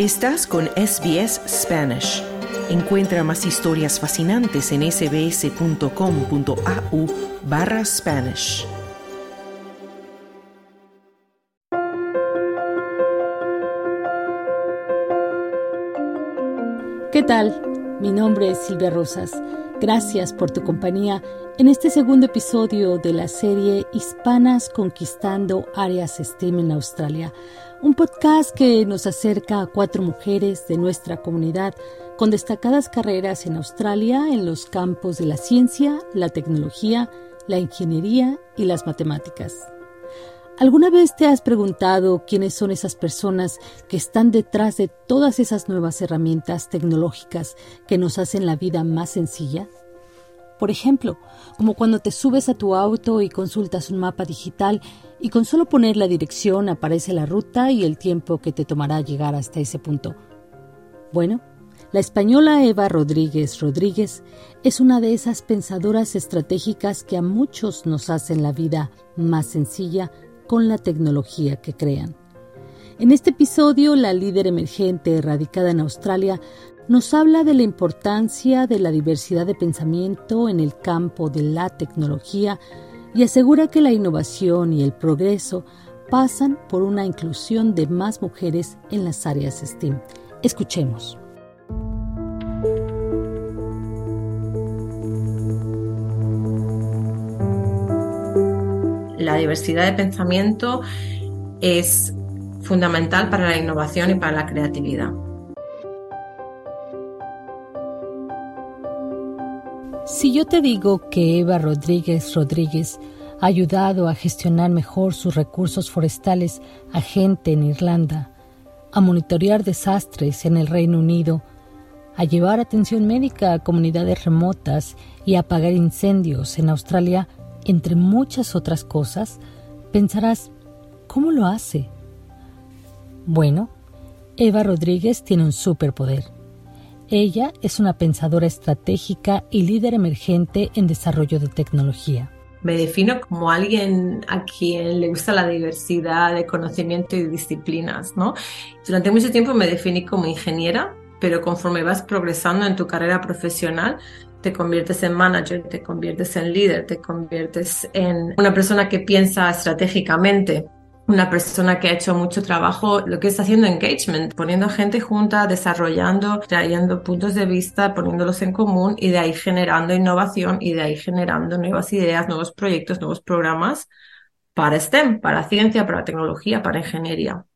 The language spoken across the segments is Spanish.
Estás con SBS Spanish. Encuentra más historias fascinantes en sbs.com.au/Spanish. ¿Qué tal? Mi nombre es Silvia Rosas. Gracias por tu compañía en este segundo episodio de la serie Hispanas Conquistando Áreas STEM en Australia, un podcast que nos acerca a 4 mujeres de nuestra comunidad con destacadas carreras en Australia en los campos de la ciencia, la tecnología, la ingeniería y las matemáticas. ¿Alguna vez te has preguntado quiénes son esas personas que están detrás de todas esas nuevas herramientas tecnológicas que nos hacen la vida más sencilla? Por ejemplo, como cuando te subes a tu auto y consultas un mapa digital y con solo poner la dirección aparece la ruta y el tiempo que te tomará llegar hasta ese punto. Bueno, la española Eva Rodríguez es una de esas pensadoras estratégicas que a muchos nos hacen la vida más sencilla con la tecnología que crean. En este episodio, la líder emergente radicada en Australia nos habla de la importancia de la diversidad de pensamiento en el campo de la tecnología y asegura que la innovación y el progreso pasan por una inclusión de más mujeres en las áreas STEM. Escuchemos. La diversidad de pensamiento es fundamental para la innovación y para la creatividad. Si yo te digo que Eva Rodríguez ha ayudado a gestionar mejor sus recursos forestales a gente en Irlanda, a monitorear desastres en el Reino Unido, a llevar atención médica a comunidades remotas y a apagar incendios en Australia, entre muchas otras cosas, pensarás, ¿cómo lo hace? Bueno, Eva Rodríguez tiene un superpoder. Ella es una pensadora estratégica y líder emergente en desarrollo de tecnología. Me defino como alguien a quien le gusta la diversidad de conocimiento y disciplinas, ¿no? Durante mucho tiempo me definí como ingeniera, pero conforme vas progresando en tu carrera profesional, te conviertes en manager, te conviertes en líder, te conviertes en una persona que piensa estratégicamente, una persona que ha hecho mucho trabajo, lo que está haciendo engagement, poniendo gente junta, desarrollando, trayendo puntos de vista, poniéndolos en común y de ahí generando innovación y de ahí generando nuevas ideas, nuevos proyectos, nuevos programas para STEM, para ciencia, para tecnología, para ingeniería.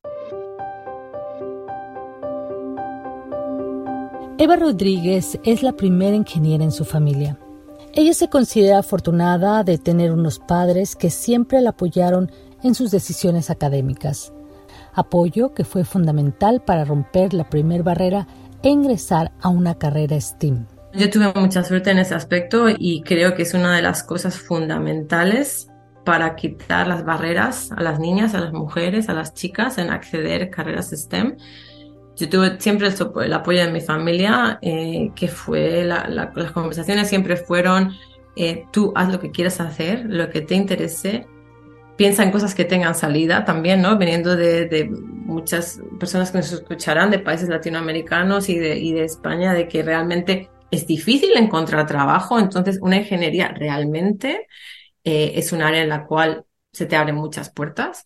Eva Rodríguez es la primera ingeniera en su familia. Ella se considera afortunada de tener unos padres que siempre la apoyaron en sus decisiones académicas. Apoyo que fue fundamental para romper la primera barrera e ingresar a una carrera STEM. Yo tuve mucha suerte en ese aspecto y creo que es una de las cosas fundamentales para quitar las barreras a las niñas, a las mujeres, a las chicas en acceder a carreras STEM. Yo tuve siempre el apoyo de mi familia, que fue las conversaciones siempre fueron tú haz lo que quieras hacer, lo que te interese, piensa en cosas que tengan salida también, ¿no? Viniendo de muchas personas que nos escucharán de países latinoamericanos y de España, de que realmente es difícil encontrar trabajo, entonces una ingeniería realmente es un área en la cual se te abren muchas puertas.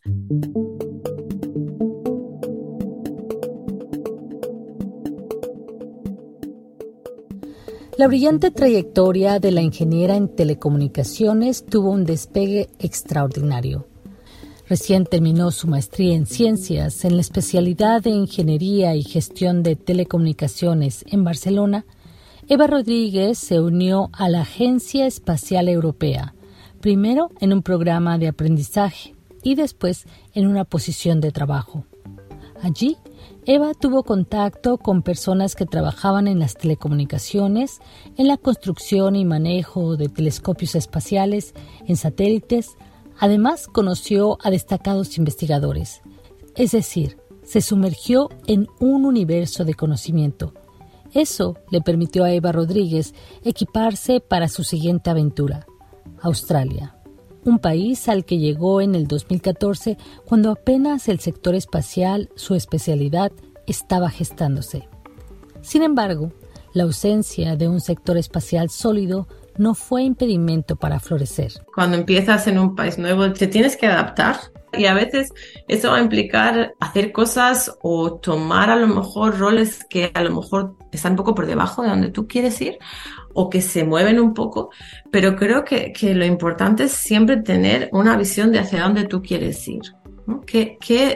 La brillante trayectoria de la ingeniera en telecomunicaciones tuvo un despegue extraordinario. Recién terminó su maestría en ciencias en la especialidad de Ingeniería y Gestión de Telecomunicaciones en Barcelona. Eva Rodríguez se unió a la Agencia Espacial Europea, primero en un programa de aprendizaje y después en una posición de trabajo. Allí, Eva tuvo contacto con personas que trabajaban en las telecomunicaciones, en la construcción y manejo de telescopios espaciales, en satélites. Además, conoció a destacados investigadores. Es decir, se sumergió en un universo de conocimiento. Eso le permitió a Eva Rodríguez equiparse para su siguiente aventura, Australia. Un país al que llegó en el 2014 cuando apenas el sector espacial, su especialidad, estaba gestándose. Sin embargo, la ausencia de un sector espacial sólido no fue impedimento para florecer. Cuando empiezas en un país nuevo, te tienes que adaptar y a veces eso va a implicar hacer cosas o tomar a lo mejor roles que a lo mejor están un poco por debajo de donde tú quieres ir o que se mueven un poco, pero creo que lo importante es siempre tener una visión de hacia dónde tú quieres ir, ¿no? ¿Qué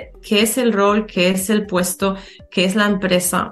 es el rol, qué es el puesto, qué es la empresa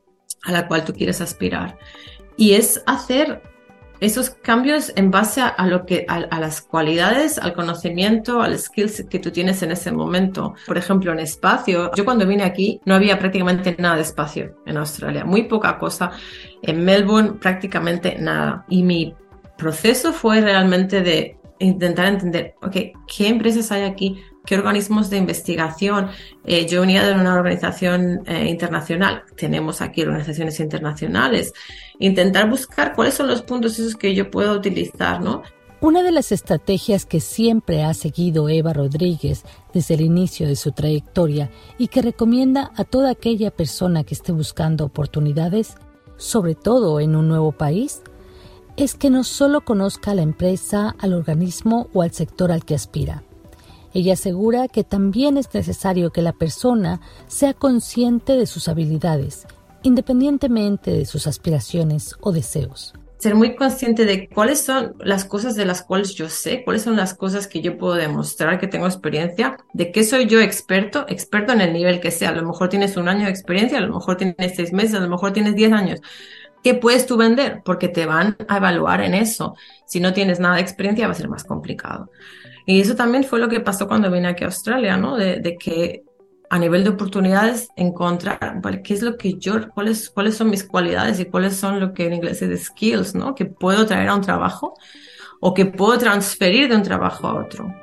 a la cual tú quieres aspirar? Y es hacer esos cambios en base a las cualidades, al conocimiento, al skills que tú tienes en ese momento. Por ejemplo, en espacio, yo cuando vine aquí no había prácticamente nada de espacio en Australia, muy poca cosa. En Melbourne prácticamente nada. Y mi proceso fue realmente de intentar entender, ¿qué empresas hay aquí? ¿Qué organismos de investigación? Yo venía de una organización internacional. Tenemos aquí organizaciones internacionales. Intentar buscar cuáles son los puntos esos que yo puedo utilizar, ¿no? Una de las estrategias que siempre ha seguido Eva Rodríguez desde el inicio de su trayectoria y que recomienda a toda aquella persona que esté buscando oportunidades, sobre todo en un nuevo país, es que no solo conozca a la empresa, al organismo o al sector al que aspira. Ella asegura que también es necesario que la persona sea consciente de sus habilidades, independientemente de sus aspiraciones o deseos. Ser muy consciente de cuáles son las cosas de las cuales yo sé, cuáles son las cosas que yo puedo demostrar que tengo experiencia, de qué soy yo experto en el nivel que sea. A lo mejor tienes 1 año de experiencia, a lo mejor tienes 6 meses, a lo mejor tienes 10 años. ¿Qué puedes tú vender? Porque te van a evaluar en eso. Si no tienes nada de experiencia va a ser más complicado. Y eso también fue lo que pasó cuando vine aquí a Australia, ¿no? De que a nivel de oportunidades encontrar, ¿vale? ¿Qué es lo que cuáles son mis cualidades y cuáles son lo que en inglés es de skills, ¿no? Que puedo traer a un trabajo o que puedo transferir de un trabajo a otro.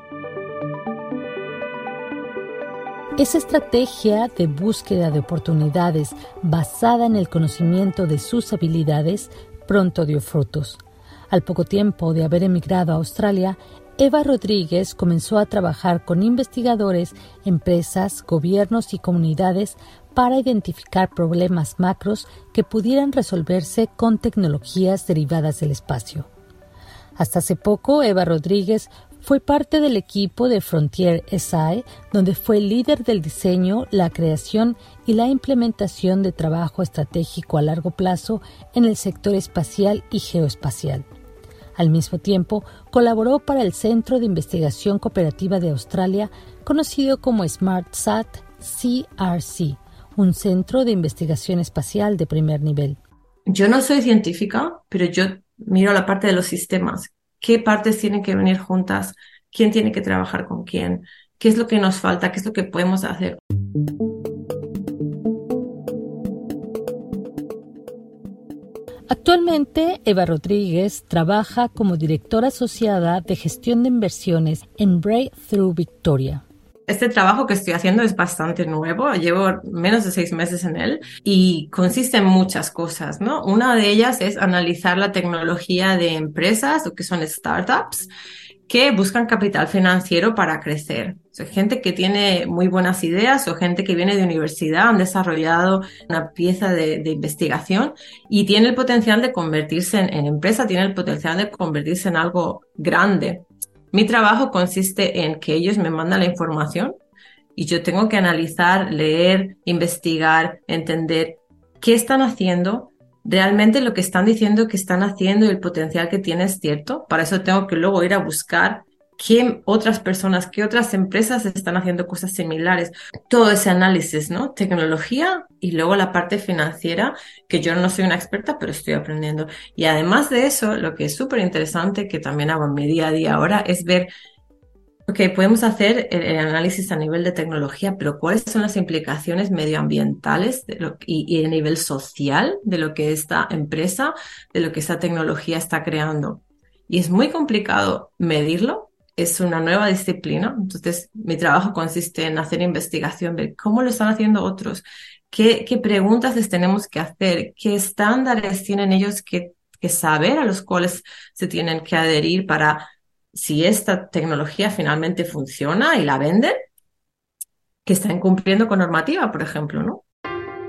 Esa estrategia de búsqueda de oportunidades basada en el conocimiento de sus habilidades pronto dio frutos. Al poco tiempo de haber emigrado a Australia, Eva Rodríguez comenzó a trabajar con investigadores, empresas, gobiernos y comunidades para identificar problemas macros que pudieran resolverse con tecnologías derivadas del espacio. Hasta hace poco, Eva Rodríguez fue parte del equipo de Frontier SI, donde fue líder del diseño, la creación y la implementación de trabajo estratégico a largo plazo en el sector espacial y geoespacial. Al mismo tiempo, colaboró para el Centro de Investigación Cooperativa de Australia, conocido como SmartSat CRC, un centro de investigación espacial de primer nivel. Yo no soy científica, pero yo miro la parte de los sistemas. ¿Qué partes tienen que venir juntas? ¿Quién tiene que trabajar con quién? ¿Qué es lo que nos falta? ¿Qué es lo que podemos hacer? Actualmente, Eva Rodríguez trabaja como directora asociada de gestión de inversiones en Breakthrough Victoria. Este trabajo que estoy haciendo es bastante nuevo, llevo menos de 6 meses en él y consiste en muchas cosas, ¿no? Una de ellas es analizar la tecnología de empresas, o que son startups, que buscan capital financiero para crecer. O sea, gente que tiene muy buenas ideas o gente que viene de universidad, han desarrollado una pieza de investigación y tiene el potencial de convertirse en empresa, tiene el potencial de convertirse en algo grande. Mi trabajo consiste en que ellos me mandan la información y yo tengo que analizar, leer, investigar, entender qué están haciendo, realmente lo que están diciendo que están haciendo y el potencial que tiene es cierto. Para eso tengo que luego ir a buscar qué otras personas, qué otras empresas están haciendo cosas similares. Todo ese análisis, ¿no? Tecnología y luego la parte financiera, que yo no soy una experta, pero estoy aprendiendo. Y además de eso, lo que es súper interesante, que también hago en mi día a día ahora, es ver, podemos hacer el análisis a nivel de tecnología, pero ¿cuáles son las implicaciones medioambientales y a nivel social de lo que esta empresa, de lo que esta tecnología está creando? Y es muy complicado medirlo. Es una nueva disciplina, entonces mi trabajo consiste en hacer investigación, ver cómo lo están haciendo otros, qué preguntas les tenemos que hacer, qué estándares tienen ellos que saber a los cuales se tienen que adherir para, si esta tecnología finalmente funciona y la venden, que están cumpliendo con normativa, por ejemplo, ¿no?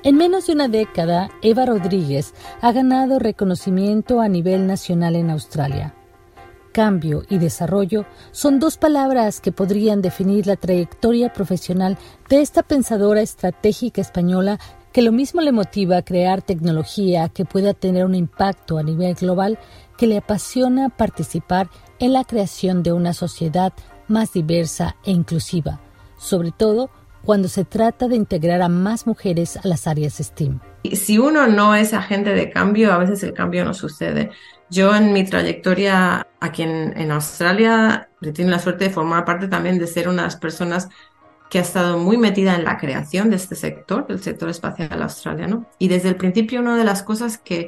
En menos de una década, Eva Rodríguez ha ganado reconocimiento a nivel nacional en Australia. Cambio y desarrollo son dos palabras que podrían definir la trayectoria profesional de esta pensadora estratégica española que lo mismo le motiva a crear tecnología que pueda tener un impacto a nivel global, que le apasiona participar en la creación de una sociedad más diversa e inclusiva, sobre todo cuando se trata de integrar a más mujeres a las áreas STEAM. Si uno no es agente de cambio, a veces el cambio no sucede. Yo en mi trayectoria aquí en Australia he tenido la suerte de formar parte también de ser una de las personas que ha estado muy metida en la creación de este sector, del sector espacial australiano. Y desde el principio una de las cosas que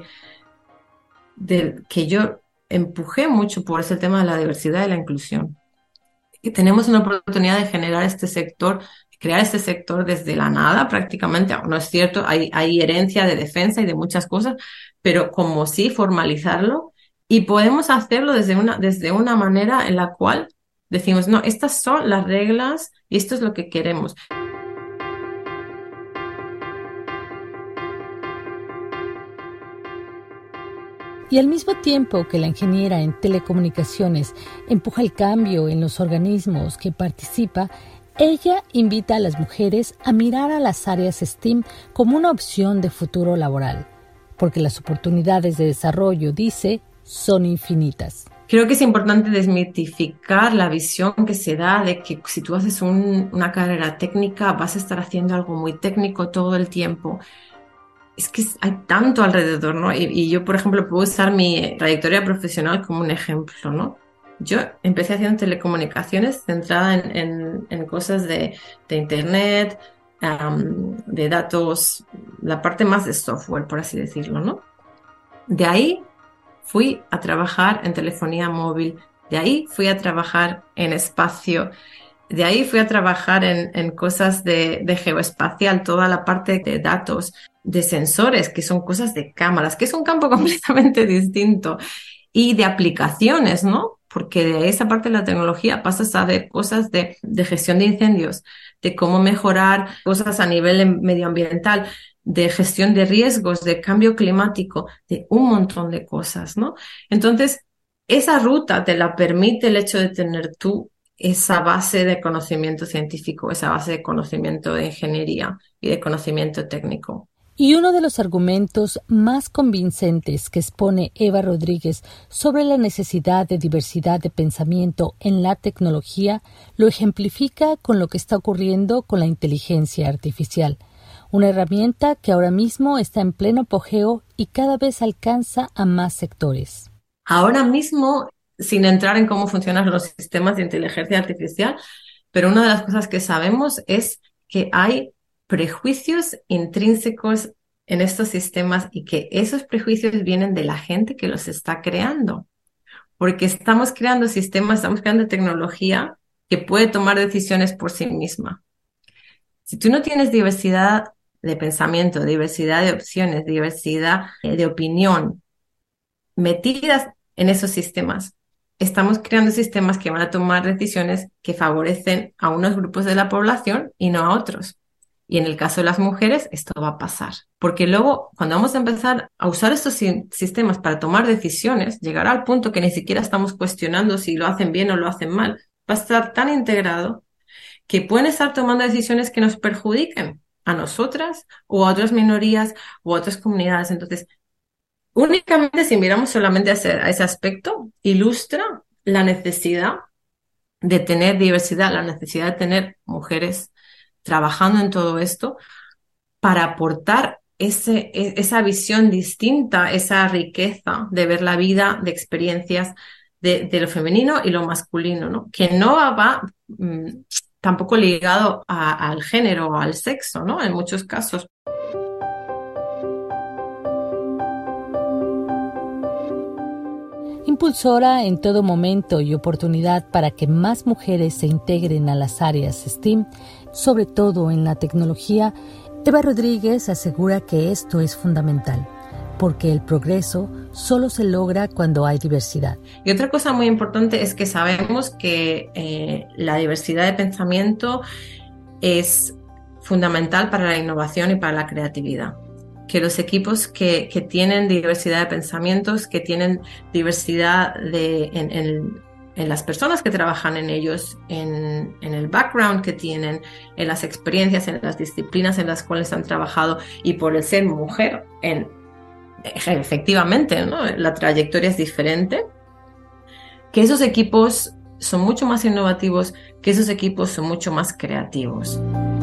yo empujé mucho por ese tema de la diversidad y la inclusión. Y tenemos una oportunidad de generar este sector, crear este sector desde la nada prácticamente. No es cierto, hay herencia de defensa y de muchas cosas, pero como sí formalizarlo y podemos hacerlo desde una manera en la cual decimos, no, estas son las reglas y esto es lo que queremos. Y al mismo tiempo que la ingeniera en telecomunicaciones empuja el cambio en los organismos que participa, ella invita a las mujeres a mirar a las áreas STEAM como una opción de futuro laboral, porque las oportunidades de desarrollo, dice, son infinitas. Creo que es importante desmitificar la visión que se da de que si tú haces una carrera técnica vas a estar haciendo algo muy técnico todo el tiempo. Es que hay tanto alrededor, ¿no? Y yo, por ejemplo, puedo usar mi trayectoria profesional como un ejemplo, ¿no? Yo empecé haciendo telecomunicaciones centrada en cosas de internet, de datos, la parte más de software, por así decirlo, ¿no? De ahí fui a trabajar en telefonía móvil, de ahí fui a trabajar en espacio, de ahí fui a trabajar en cosas de geoespacial, toda la parte de datos, de sensores, que son cosas de cámaras, que es un campo completamente distinto, y de aplicaciones, ¿no? Porque de esa parte de la tecnología pasas a ver cosas de gestión de incendios, de cómo mejorar cosas a nivel medioambiental, de gestión de riesgos, de cambio climático, de un montón de cosas, ¿no? Entonces, esa ruta te la permite el hecho de tener tú esa base de conocimiento científico, esa base de conocimiento de ingeniería y de conocimiento técnico. Y uno de los argumentos más convincentes que expone Eva Rodríguez sobre la necesidad de diversidad de pensamiento en la tecnología lo ejemplifica con lo que está ocurriendo con la inteligencia artificial, una herramienta que ahora mismo está en pleno apogeo y cada vez alcanza a más sectores. Ahora mismo, sin entrar en cómo funcionan los sistemas de inteligencia artificial, pero una de las cosas que sabemos es que hay prejuicios intrínsecos en estos sistemas y que esos prejuicios vienen de la gente que los está creando. Porque estamos creando sistemas, estamos creando tecnología que puede tomar decisiones por sí misma. Si tú no tienes diversidad de pensamiento, diversidad de opciones, diversidad de opinión metidas en esos sistemas, estamos creando sistemas que van a tomar decisiones que favorecen a unos grupos de la población y no a otros. Y en el caso de las mujeres, esto va a pasar. Porque luego, cuando vamos a empezar a usar estos sistemas para tomar decisiones, llegará al punto que ni siquiera estamos cuestionando si lo hacen bien o lo hacen mal. Va a estar tan integrado que pueden estar tomando decisiones que nos perjudiquen a nosotras o a otras minorías o a otras comunidades. Entonces, únicamente si miramos solamente a ese aspecto, ilustra la necesidad de tener diversidad, la necesidad de tener mujeres trabajando en todo esto para aportar esa visión distinta, esa riqueza de ver la vida, de experiencias de lo femenino y lo masculino, ¿no? Que no va tampoco ligado al género o al sexo, ¿no? En muchos casos. Impulsora en todo momento y oportunidad para que más mujeres se integren a las áreas STEAM, sobre todo en la tecnología, Eva Rodríguez asegura que esto es fundamental, porque el progreso solo se logra cuando hay diversidad. Y otra cosa muy importante es que sabemos que la diversidad de pensamiento es fundamental para la innovación y para la creatividad. Que los equipos que tienen diversidad de pensamientos, que tienen diversidad en las personas que trabajan en ellos, en el background que tienen, en las experiencias, en las disciplinas en las cuales han trabajado y por el ser mujer, efectivamente, ¿no? La trayectoria es diferente, que esos equipos son mucho más innovativos, que esos equipos son mucho más creativos.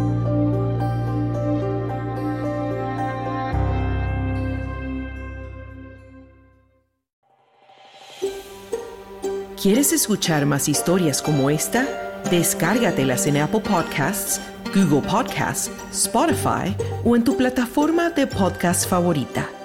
¿Quieres escuchar más historias como esta? Descárgatelas en Apple Podcasts, Google Podcasts, Spotify o en tu plataforma de podcast favorita.